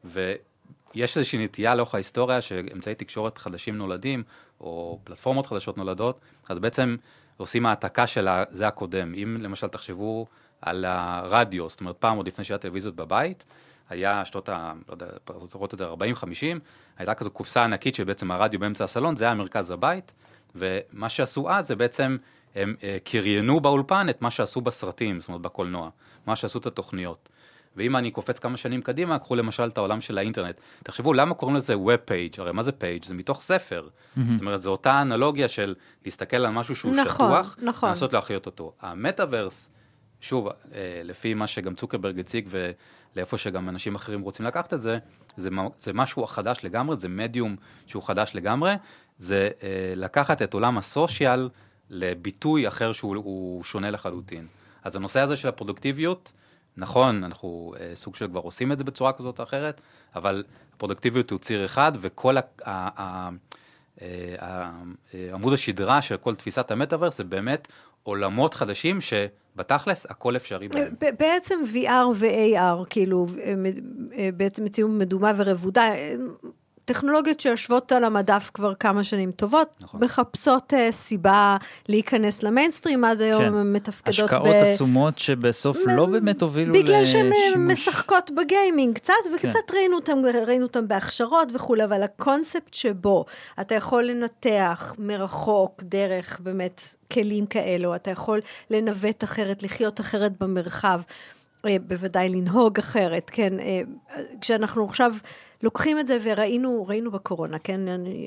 ויש איזושהי נטייה לאורך ההיסטוריה, שאמצעי תקשורת חדשים נולדים, או פלטפורמות חדשות נולדות, אז בעצם עושים העתקה של זה הקודם. אם למשל תחשבו על הרדיו, זאת אומרת פעם עוד לפני שהיה טלוויזיות בבית, היה שנות ה... לא יודע, רואות את זה ארבעים חמישים, הייתה כזו קופסה ענקית שבעצם הרדיו באמצע הסלון, זה היה מרכז הבית, ומה שעשו אז זה בעצם, הם קריינו באולפן את מה שעשו בסרטים, זאת אומרת בקולנוע, מה שעשו את התוכניות. ואם אני קופץ כמה שנים קדימה, קחו למשל את העולם של האינטרנט. תחשבו, למה קוראים לזה Web Page? הרי מה זה Page? זה מתוך ספר. Mm-hmm. זאת אומרת, זו אותה אנלוגיה של להסתכל על משהו שהוא נכון, שטוח, נכון. לנסות להחיות אותו. המטאברס, שוב, לפי מה שגם צוקרברג הציג, ולאיפה שגם אנשים אחרים רוצים לקחת את זה, זה, זה משהו חדש לגמרי, זה מדיום שהוא חדש לגמרי, זה לקחת את עולם הסושיאל לביטוי אחר שהוא שונה לחלוטין. אז הנושא הזה של הפרודוקטיביות, נכון, אנחנו אה, סוג של כבר עושים את זה בצורה כזאת או אחרת, אבל הפרודקטיביות הוא ציר אחד, וכל ה, ה, ה, ה, עמוד השדרה של כל תפיסת המטאברס, זה באמת עולמות חדשים שבתכלס הכל אפשרי בהם. בעצם וי אר ו-איי אר, כאילו, בעצם מציאות מדומה ורבודה, טכנולוגיות שיושבות על המדף כבר כמה שנים טובות, נכון. מחפשות uh, סיבה להיכנס למיינסטרים, עד היום כן. הן מתפקדות השקעות ב... השקעות עצומות שבסוף מ... לא באמת הובילו לשימוש. בגלל שהן משחקות בגיימינג קצת, וקצת כן. ראינו אותם, ראינו אותם בהכשרות וכו', אבל הקונספט שבו אתה יכול לנתח מרחוק דרך באמת כלים כאלו, אתה יכול לנווט אחרת, לחיות אחרת במרחב, בוודאי לנהוג אחרת, כן, כשאנחנו עכשיו לוקחים את זה וראינו, ראינו בקורונה, כן,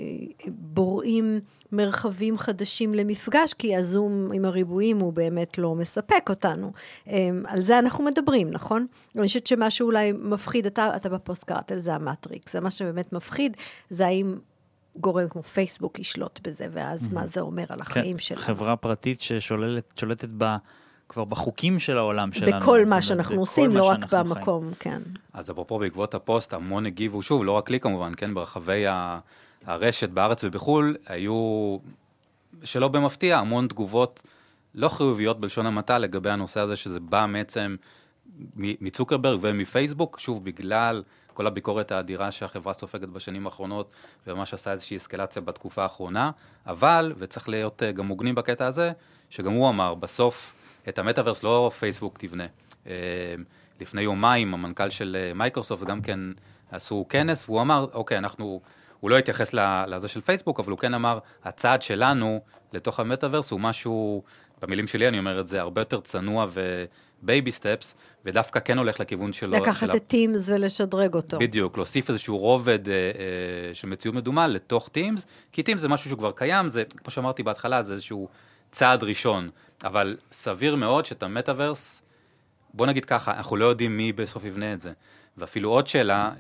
בוראים מרחבים חדשים למפגש, כי הזום עם הריבועים הוא באמת לא מספק אותנו. על זה אנחנו מדברים, נכון? אני חושבת שמה שאולי מפחיד, אתה, אתה בפוסט קראת על זה המטריקס, זה מה שבאמת מפחיד, זה האם גורם כמו פייסבוק ישלוט בזה, ואז מה זה אומר על החיים שלנו. חברה פרטית ששולטת בה, כבר בחוקים של העולם שלנו. בכל מה שאנחנו עושים, לא רק במקום, כן. אז אפרופו בעקבות הפוסט, המון הגיבו, שוב, לא רק לי כמובן, כן, ברחבי הרשת בארץ ובחול, היו, שלא במפתיע, המון תגובות לא חיוביות בלשון המעטה, לגבי הנושא הזה, שזה בא בעצם מצוקרברג ומפייסבוק, שוב, בגלל כל הביקורת האדירה שהחברה סופגת בשנים האחרונות, וממש עשה איזושהי אסקלציה בתקופה האחרונה, אבל, וצריך להיות גם מוגנים בקטע הזה, שגם הוא אמר, בסוף, את המטאברס לא פייסבוק תבנה. לפני יומיים המנכ"ל של מייקרוסופט גם כן עשו כנס, והוא אמר, אוקיי, אנחנו, הוא לא התייחס לזה של פייסבוק, אבל הוא כן אמר, הצעד שלנו לתוך המטאברס הוא משהו, במילים שלי אני אומר את זה, הרבה יותר צנוע ובייבי סטפס, ודווקא כן הולך לכיוון שלו. לקחת את טימס ולשדרג אותו. בדיוק, להוסיף איזשהו רובד אה, אה, של מציאות מדומה לתוך טימס, כי טימס זה משהו שהוא כבר קיים, זה, כמו שאמרתי בהתחלה, זה איזשהו צעד ראשון, אבל סביר מאוד שאת המטאברס, בוא נגיד ככה, אנחנו לא יודעים מי בסוף יבנה את זה. ואפילו עוד שאלה,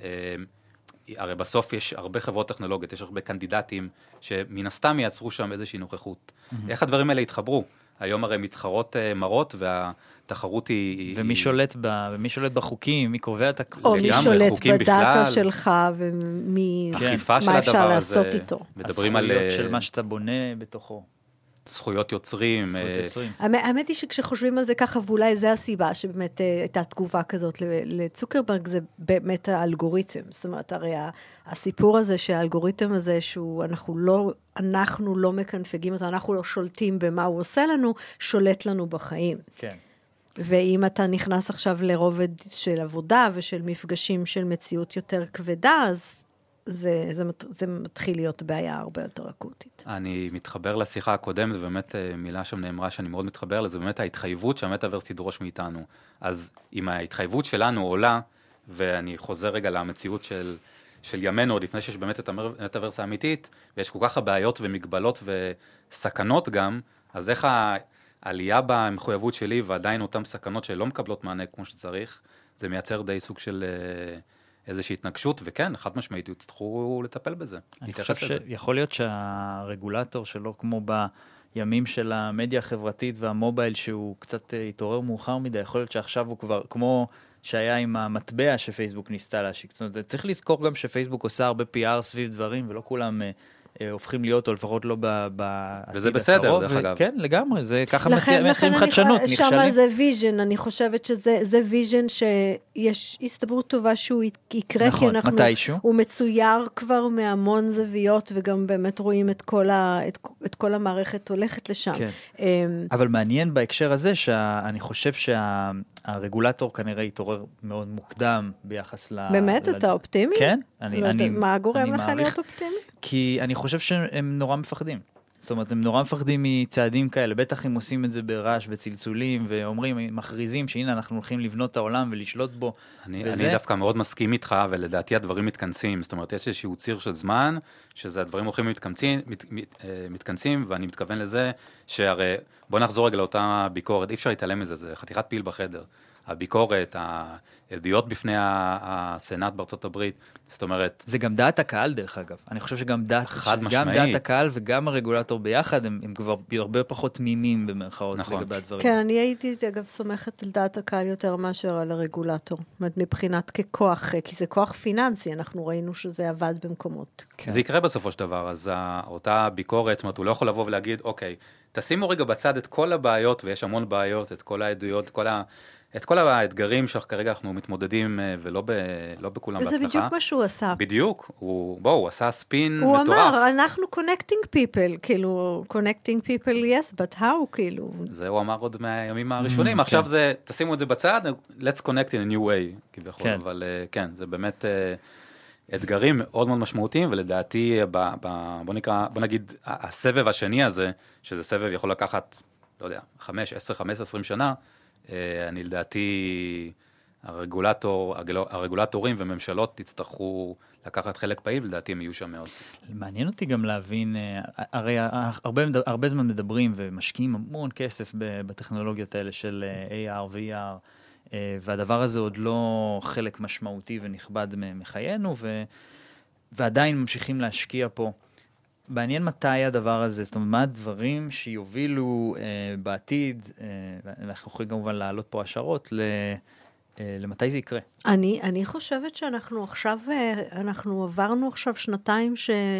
הרי בסוף יש הרבה חברות טכנולוגיות, יש הרבה קנדידטים שמן הסתם ייצרו שם איזושהי נוכחות. איך הדברים האלה יתחברו? היום הרי מתחרות מרות והתחרות היא... ומי שולט ב... ומי שולט בחוקים, מי קובע את... או מי שולט בדאטה שלך ומי... מה אפשר לעשות איתו. מדברים על... הזכויות של מה שאתה בונה בתוכו. זכויות יוצרים. האמת היא שכשחושבים על זה ככה, ואולי זה הסיבה שבאמת הייתה תגובה כזאת לצוקרברג, זה באמת האלגוריתם. זאת אומרת, הרי הסיפור הזה שהאלגוריתם הזה, שאנחנו לא, אנחנו לא מקנפגים אותו, אנחנו לא שולטים במה הוא עושה לנו, שולט לנו בחיים. כן. ואם אתה נכנס עכשיו לרובד של עבודה ושל מפגשים של מציאות יותר כבדה, אז זה, זה, זה מתחיל להיות בעיה הרבה יותר אקוטית. אני מתחבר לשיחה הקודמת, ובאמת מילה שם נאמרה שאני מאוד מתחבר לזה, באמת ההתחייבות שהמטאברס ידרוש מאיתנו. אז אם ההתחייבות שלנו עולה, ואני חוזר רגע למציאות של, של ימינו, עוד לפני שיש באמת את המטאברס האמיתית, ויש כל כך הבעיות ומגבלות וסכנות גם, אז איך העלייה במחויבות שלי, ועדיין אותם סכנות שלא מקבלות מענה כמו שצריך, זה מייצר די סוג של... איזושהי התנגשות, וכן, חד משמעית, יצטרכו לטפל בזה. אני חושב שיכול להיות שהרגולטור שלו, כמו בימים של המדיה החברתית והמובייל, שהוא קצת התעורר מאוחר מדי, יכול להיות שעכשיו הוא כבר, כמו שהיה עם המטבע שפייסבוק ניסתה להשיק. זאת אומרת, צריך לזכור גם שפייסבוק עושה הרבה פי אר סביב דברים, ולא כולם הופכים להיות, או לפחות לא בעתיד הקרוב. וזה בסדר, דרך אגב. כן, לגמרי, זה ככה מייצרים חדשנות, נכשלים. שמה זה ויז'ן, אני חושבת שזה ויז'ן שיש הסתברות טובה שהוא יקרה, כי אנחנו, הוא מצויר כבר מהמון זוויות, וגם באמת רואים את כל, ה, את, את כל המערכת הולכת לשם. כן. אבל מעניין בהקשר הזה, שאני חושב שהרגולטור כנראה יתעורר מאוד מוקדם ביחס ל... באמת, אתה אופטימי? כן. מה גורם לך להיות אופטימי? כי אני חושב שהם נורא מפחדים. זאת אומרת, הם נורא מפחדים מצעדים כאלה, בטח אם עושים את זה ברעש וצלצולים, ואומרים, מכריזים שהנה אנחנו הולכים לבנות את העולם ולשלוט בו. אני, אני דווקא מאוד מסכים איתך, ולדעתי הדברים מתכנסים. זאת אומרת, יש איזשהו ציר של זמן, שזה הדברים הולכים מתכנסים, מת, מת, מתכנסים, ואני מתכוון לזה, שהרי, בוא נחזור רגע לאותה ביקורת, אי אפשר להתעלם מזה, זה חתיכת פיל בחדר. הביקורת, העדויות בפני הסנאט בארצות הברית, זאת אומרת... זה גם דעת הקהל דרך אגב. אני חושב שגם דעת, גם דעת הקהל וגם הרגולטור ביחד, הם, הם כבר הרבה פחות תמימים במרכאות נכון. לגבי הדברים. כן, אני הייתי אגב סומכת על דעת הקהל יותר מאשר על הרגולטור. זאת אומרת, מבחינת ככוח, כי זה כוח פיננסי, אנחנו ראינו שזה עבד במקומות. כן. זה יקרה בסופו של דבר, אז אותה ביקורת, זאת אומרת, הוא לא יכול לבוא ולהגיד, אוקיי, תשימו רגע בצד את כל הבעיות, ויש המון בעיות, את כל העדויות, את כל ה... את כל האתגרים שכרגע אנחנו מתמודדים, ולא ב, לא בכולם וזה בהצלחה. בדיוק מה שהוא עשה. בדיוק. הוא, בוא, הוא עשה ספין הוא מטורף. הוא אמר, אנחנו connecting people, כאילו, connecting people, yes, but how, כאילו. זה הוא אמר עוד מהימים הראשונים. Mm, עכשיו כן. זה, תשימו את זה בצד, let's connect in a new way, כביכול. כן. אבל כן, זה באמת אתגרים מאוד מאוד משמעותיים, ולדעתי, ב, ב, בוא נקרא, בוא נגיד, הסבב השני הזה, שזה סבב יכול לקחת, לא יודע, חמש, עשר, חמש, עשרים שנה, אני לדעתי, הרגולטור, הרגולטורים וממשלות תצטרכו לקחת חלק פעיל, לדעתי הם יהיו שם מאוד. מעניין אותי גם להבין, הרי הרבה, הרבה זמן מדברים ומשקיעים המון כסף בטכנולוגיות האלה של איי אר ו-אי אר, והדבר הזה עוד לא חלק משמעותי ונכבד מחיינו, ו, ועדיין ממשיכים להשקיע פה. מעניין מתי הדבר הזה, זאת אומרת, מה הדברים שיובילו אה, בעתיד, אה, ואנחנו יכולים כמובן להעלות פה השערות, ל, אה, למתי זה יקרה? אני, אני חושבת שאנחנו עכשיו, אנחנו עברנו עכשיו שנתיים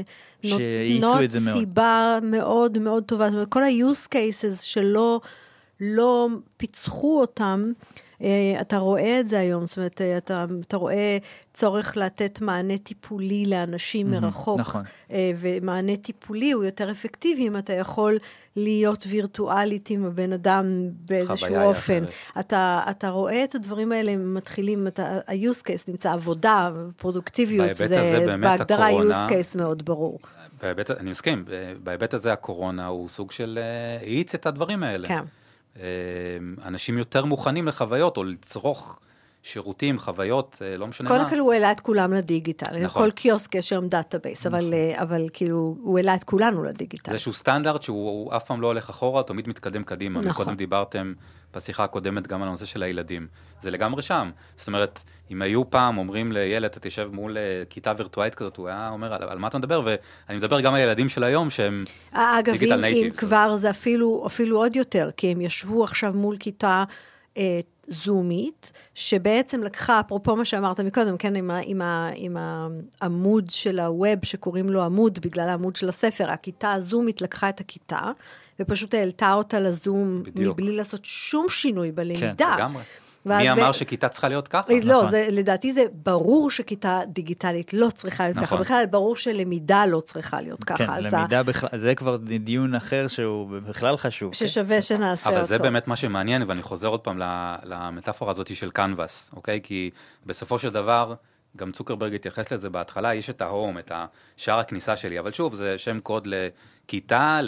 שנותנות סיבה מאוד מאוד טובה, זאת אומרת, כל ה-use cases שלא לא פיצחו אותם, אתה רואה את זה היום, זאת אומרת, אתה, אתה רואה צורך לתת מענה טיפולי לאנשים mm-hmm, מרחוק, נכון. ומענה טיפולי הוא יותר אפקטיבי אם אתה יכול להיות וירטואלית עם הבן אדם באיזשהו אופן. אתה, אתה רואה את הדברים האלה מתחילים, ה-use case נמצא עבודה, פרודוקטיביות, זה בהגדרה הקורונה, use case מאוד ברור. בהיבט, אני מסכים, בהיבט הזה הקורונה הוא סוג של האיץ את הדברים האלה. כן. אנשים יותר מוכנים לחוויות, או לצרוך שירותים, חוויות, לא משנה קודם מה. כל הוא העלה את כולם לדיגיטל. נכון. כל קיוסק יש היום דאטאבייס, אבל, אבל כאילו הוא העלה את כולנו לדיגיטל. זה שהוא סטנדרט שהוא אף פעם לא הולך אחורה, תמיד מתקדם קדימה. נכון. קודם דיברתם בשיחה הקודמת גם על הנושא של הילדים. זה לגמרי שם. זאת אומרת, אם היו פעם אומרים לילד, אתה תשב מול כיתה וירטואלית כזאת, הוא היה אומר, על, על מה אתה מדבר? ואני מדבר גם על ילדים של היום שהם אגב, דיגיטל אם, נייטיב. אם כבר זה אפילו, אפילו עוד יותר, כי הם ישבו עכשיו מול כיתה אה, זומית, שבעצם לקחה, אפרופו מה שאמרת מקודם, כן, עם, ה, עם, ה, עם העמוד של הווב שקוראים לו עמוד, בגלל העמוד של הספר, הכיתה הזומית לקחה את הכיתה, ופשוט העלתה אותה לזום, בדיוק. מבלי לעשות שום שינוי בלמידה. כן, לגמרי. מי אמר שכיתה צריכה להיות ככה? לא, לדעתי זה ברור שכיתה דיגיטלית לא צריכה להיות ככה, בכלל ברור שלמידה לא צריכה להיות ככה. כן, למידה בכלל, זה כבר דיון אחר שהוא בכלל חשוב. ששווה שנעשה אותו. אבל זה באמת מה שמעניין, ואני חוזר עוד פעם למטאפורה הזאת של קנבס, אוקיי? כי בסופו של דבר, גם צוקרברג התייחס לזה בהתחלה, יש את ההום, את שער הכניסה שלי, אבל שוב, זה שם קוד לכיתה,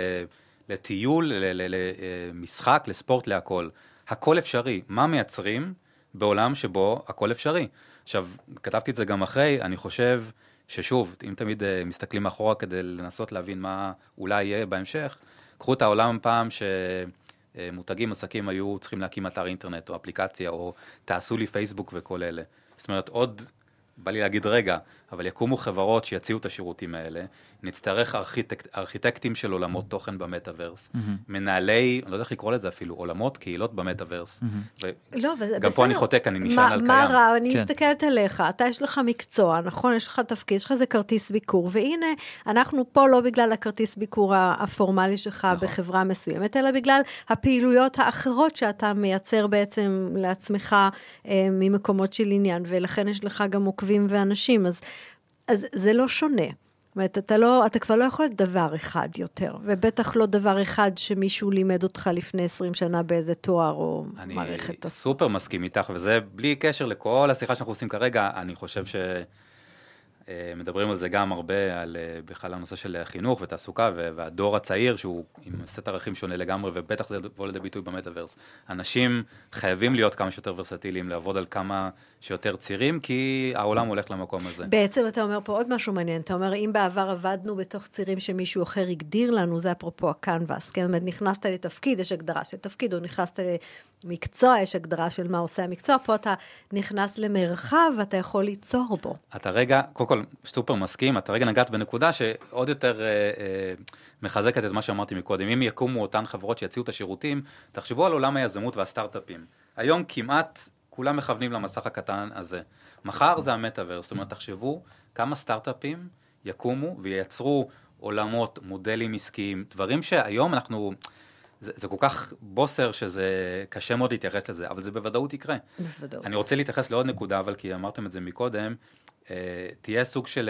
לטיול, למשחק, לספורט, להכל. הכל אפשרי. מה מייצרים בעולם שבו הכל אפשרי? עכשיו, כתבתי את זה גם אחרי, אני חושב ששוב, אם תמיד uh, מסתכלים אחורה כדי לנסות להבין מה אולי יהיה בהמשך, קחו את העולם פעם שמותגים, עסקים היו צריכים להקים אתר אינטרנט או אפליקציה, או תעשו לי פייסבוק וכל אלה. זאת אומרת, עוד, בא לי להגיד רגע, אבל יקומו חברות שיציעו את השירותים האלה, נצטרך ארכיטק, ארכיטקטים של עולמות תוכן במטאברס, mm-hmm. מנהלי, אני לא יודע איך לקרוא לזה אפילו, עולמות, קהילות במטאברס. Mm-hmm. לא, וזה, גם בסדר. פה אני חותק, אני נשען מה, על מה קיים. רע, אני כן. מסתכלת עליך, אתה יש לך מקצוע, נכון? יש לך תפקיד, יש לך איזה כרטיס ביקור, והנה, אנחנו פה לא בגלל הכרטיס ביקור הפורמלי שלך נכון. בחברה מסוימת, אלא בגלל הפעילויות האחרות שאתה מייצר בעצם לעצמך אה, ממקומות של עניין, ולכן יש לך גם עוקבים ואנשים, אז, אז זה לא שונה. זאת אומרת, אתה, לא, אתה כבר לא יכול להיות דבר אחד יותר, ובטח לא דבר אחד שמישהו לימד אותך לפני עשרים שנה באיזה תואר או מערכת. אני סופר מסכים איתך, וזה בלי קשר לכל השיחה שאנחנו עושים כרגע, אני חושב ש... מדברים על זה גם הרבה, על בכלל הנושא של חינוך ותעסוקה, והדור הצעיר, שהוא עם סט ערכים שונה לגמרי, ובטח זה יבוא לידי ביטוי במטאברס. אנשים חייבים להיות כמה שיותר ורסטיליים, לעבוד על כמה שיותר צירים, כי העולם הולך למקום הזה. בעצם אתה אומר פה עוד משהו מעניין, אתה אומר, אם בעבר עבדנו בתוך צירים שמישהו אחר הגדיר לנו, זה אפרופו הקנבס, כן? זאת אומרת, נכנסת לתפקיד, יש הגדרה של תפקיד, או נכנסת למקצוע, יש הגדרה של מה עושה המקצוע, פה אתה נכנס למרחב, ואתה יכול ליצור בו. אתה רגע, קודם כל, סופר מסכים, אתה רגע נגעת בנקודה שעוד יותר אה, אה, מחזקת את מה שאמרתי מקודם. אם יקומו אותן חברות שיציעו את השירותים, תחשבו על עולם היזמות והסטארט-אפים. היום כמעט כולם מכוונים למסך הקטן הזה. מחר זה המטאברס, זאת אומרת, תחשבו כמה סטארט-אפים יקומו וייצרו עולמות, מודלים עסקיים, דברים שהיום אנחנו... זה, זה כל כך בוסר שזה קשה מאוד להתייחס לזה, אבל זה בוודאות יקרה. בוודאות. אני רוצה להתייחס לעוד נקודה, אבל כי אמרתם את זה מקודם, תהיה סוג של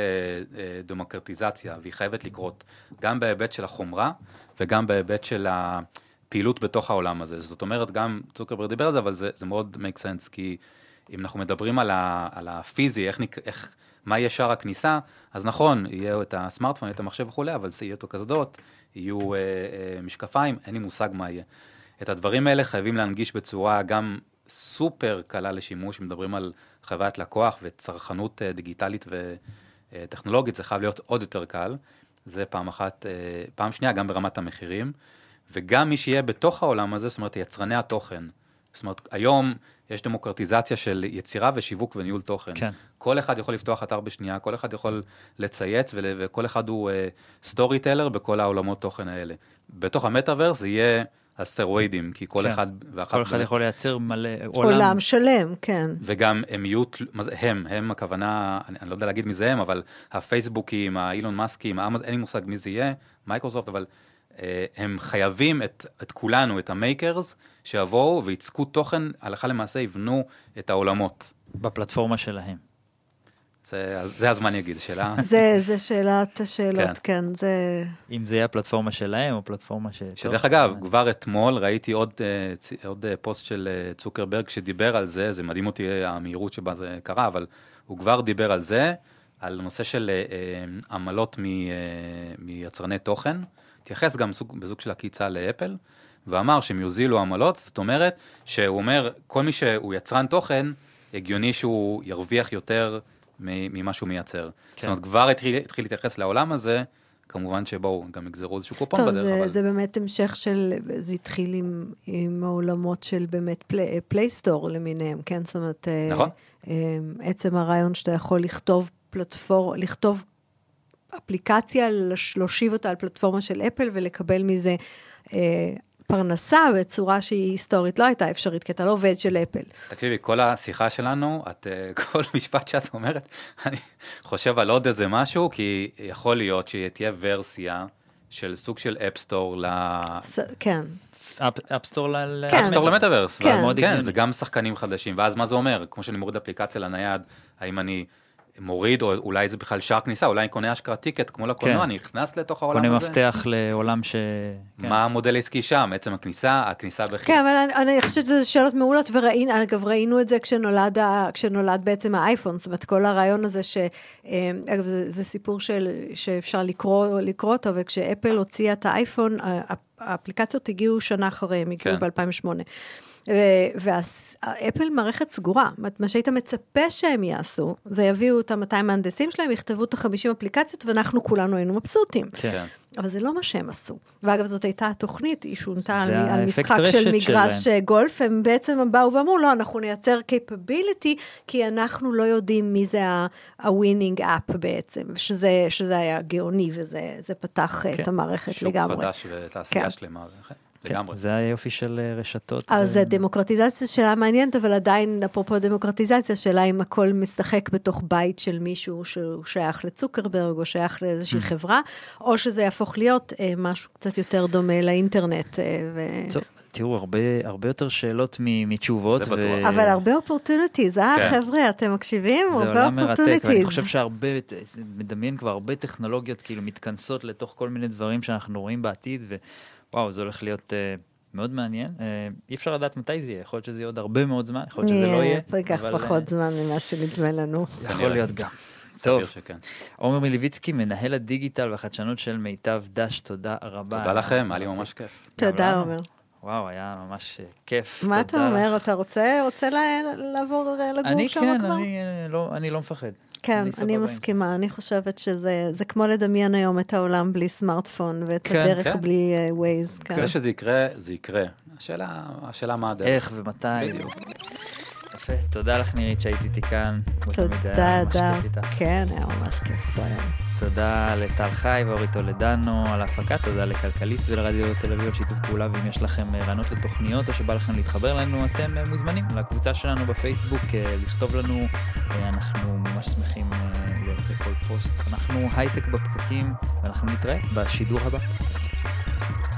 דמוקרטיזציה, והיא חייבת לקרות גם בהיבט של החומרה, וגם בהיבט של הפעילות בתוך העולם הזה. זאת אומרת, גם צוקרברג דיבר על זה, אבל זה, זה מאוד make sense, כי אם אנחנו מדברים על, ה, על הפיזי, איך, איך, מה יהיה שער הכניסה, אז נכון, יהיה את הסמארטפון, יהיה את המחשב וכולי, אבל יהיה אותו קסדות, יהיו אה, אה, משקפיים, אין לי מושג מה יהיה. את הדברים האלה חייבים להנגיש בצורה גם סופר קלה לשימוש, מדברים על חוויית לקוח וצרכנות דיגיטלית וטכנולוגית, זה חייב להיות עוד יותר קל, זה פעם אחת, פעם שנייה, גם ברמת המחירים, וגם מי שיהיה בתוך העולם הזה, זאת אומרת, יצרני התוכן, זאת אומרת, היום יש דמוקרטיזציה של יצירה ושיווק וניהול תוכן. כן. כל אחד יכול לפתוח אתר בשנייה, כל אחד יכול לצייץ, וכל אחד הוא סטורי טלר בכל העולמות תוכן האלה. בתוך המטאברס זה יהיה הסטרואידים, כי כל כן. אחד ואחת... כל אחד באמת... יכול לייצר מלא עולם. עולם שלם, כן. וגם הם יהיו, הם, הם הכוונה, אני, אני לא יודע להגיד מי זה הם, אבל הפייסבוקים, האילון מאסקים, האמז, אין לי מושג מי זה יהיה, מייקרוסופט, אבל אה, הם חייבים את, את כולנו, את המייקרס, שיבואו ויצקו תוכן, הלכה למעשה יבנו את העולמות. בפלטפורמה שלהם. זה, זה הזמן יגיד, שאלה. זה, זה שאלת השאלות, כן. כן, זה... אם זה יהיה הפלטפורמה שלהם, או פלטפורמה ש... שדרך אגב, כבר אתמול ראיתי עוד, עוד פוסט של צוקרברג שדיבר על זה, זה מדהים אותי המהירות שבה זה קרה, אבל הוא כבר דיבר על זה, על נושא של עמלות מיצרני תוכן, תייחס גם בזוג של הקיצה לאפל, ואמר שהם יוזילו עמלות, זאת אומרת, שהוא אומר, כל מי שהוא יצרן תוכן, הגיוני שהוא ירוויח יותר ממה שהוא מייצר. זאת אומרת, כבר התחיל להתייחס לעולם הזה, כמובן שבואו, גם יגזרו איזשהו קופון טוב, בדרך. זה, אבל... זה באמת המשך של, זה התחיל עם, עם העולמות של באמת פלי, פלייסטור למיניהם, כן? זאת אומרת, נכון. עצם הרעיון שאתה יכול לכתוב פלטפור, לכתוב אפליקציה, להושיב אותה על פלטפורמה של אפל ולקבל מזה פרנסה בצורה שהיא היסטורית לא הייתה אפשרית, כי אתה לא עובד של אפל. תקשיבי, כל השיחה שלנו, את, כל משפט שאת אומרת, אני חושב על עוד איזה משהו, כי יכול להיות שתהיה ורסיה של סוג של אפסטור ל... כן. אפסטור ל... אפסטור למטאברס. כן. כן, זה גם שחקנים חדשים. ואז מה זה אומר? כמו שאני מוריד אפליקציה לנייד, האם אני... מוריד, או אולי זה בכלל שער כניסה, אולי אני קונה אשכרה טיקט, כמו לקולנוע, אני נכנס לתוך העולם הזה. קונה מפתח לעולם ש... מה המודל העסקי שם? עצם הכניסה, הכניסה בכלל. כן, אבל אני חושבת שזה שאלות מעולות, ואגב, ראינו את זה כשנולד, כשנולד בעצם האייפון, זאת אומרת, כל הרעיון הזה ש... אגב, זה סיפור שאפשר לקרוא אותו, וכשאפל הוציאה את האייפון, האפליקציות הגיעו שנה אחרי, הם הגיעו ב-אלפיים ושמונה. ואפל מערכת סגורה, מה שהיית מצפה שהם יעשו, זה יביאו את ה-מאתיים מהנדסים שלהם, יכתבו את ה-חמישים אפליקציות, ואנחנו כולנו היינו מבסוטים. כן. אבל זה לא מה שהם עשו. ואגב, זאת הייתה התוכנית, היא שונתה על, זה על משחק האפקט של רשת מגרש שלהם. גולף, הם בעצם באו ואמרו, לא, אנחנו נייצר capability, כי אנחנו לא יודעים מי זה ה-winning app בעצם, שזה, שזה היה גאוני, וזה זה פתח כן. את המערכת שוק לגמרי. שוק חדש ותעשייה כן. שלמה. כן, זה היופי של רשתות. אז ו... דמוקרטיזציה שלה מעניינת, אבל עדיין, אפרופו דמוקרטיזציה, שלה אם הכל משחק בתוך בית של מישהו שהוא שייך לצוקרברג, או שייך לאיזושהי חברה, או שזה יהפוך להיות אה, משהו קצת יותר דומה לאינטרנט. אה, ו... טוב, תראו, הרבה, הרבה יותר שאלות מתשובות. זה בטוח. ו... אבל הרבה אופורטוניטיז, אה, כן. חבר'ה, אתם מקשיבים? זה הרבה עולם מרתק, ואני אופורטוניטיז. חושב שהרבה, מדמיין כבר הרבה טכנולוגיות כאילו מתכנסות לתוך כל מיני דברים שאנחנו רואים בעתיד, ו... וואו, זה הולך להיות uh, מאוד מעניין. Uh, אי אפשר לדעת מתי זה יהיה, יכול להיות שזה יהיה עוד הרבה מאוד זמן, יכול להיות שזה לא יהיה. פה ייקח פחות זמן ממה שנדמה לנו. יכול להיות גם. טוב. עומר מליביצקי, מנהל הדיגיטל והחדשנות של מיטב דש, תודה רבה. תודה לכם, היה לי ממש כיף. תודה, עומר. וואו, היה ממש כיף. מה אתה אומר? אתה רוצה לעבור לגור שם כבר? אני כן, אני לא מפחד. כן, אני מסכימה, אני חושבת שזה כמו לדמיין היום את העולם בלי סמארטפון, ואת הדרך בלי ווייז. כדי שזה יקרה, זה יקרה. השאלה מה הדרך. איך ומתי. בדיוק. יפה, תודה לך נירית שהייתי איתי כאן. תודה, תודה. כן, היה ממש כיף. תודה לטל חי ואורית טולדנו על ההפקה, תודה לכלכליסט ולרדיו תל אביב על שיתוף פעולה, ואם יש לכם רעיונות לתוכניות או שבא לכם להתחבר לנו, אתם מוזמנים לקבוצה שלנו בפייסבוק, לכתוב לנו, אנחנו ממש שמחים להיות בכל פוסט. אנחנו הייטק בפקקים, ואנחנו נתראה בשידור הבא.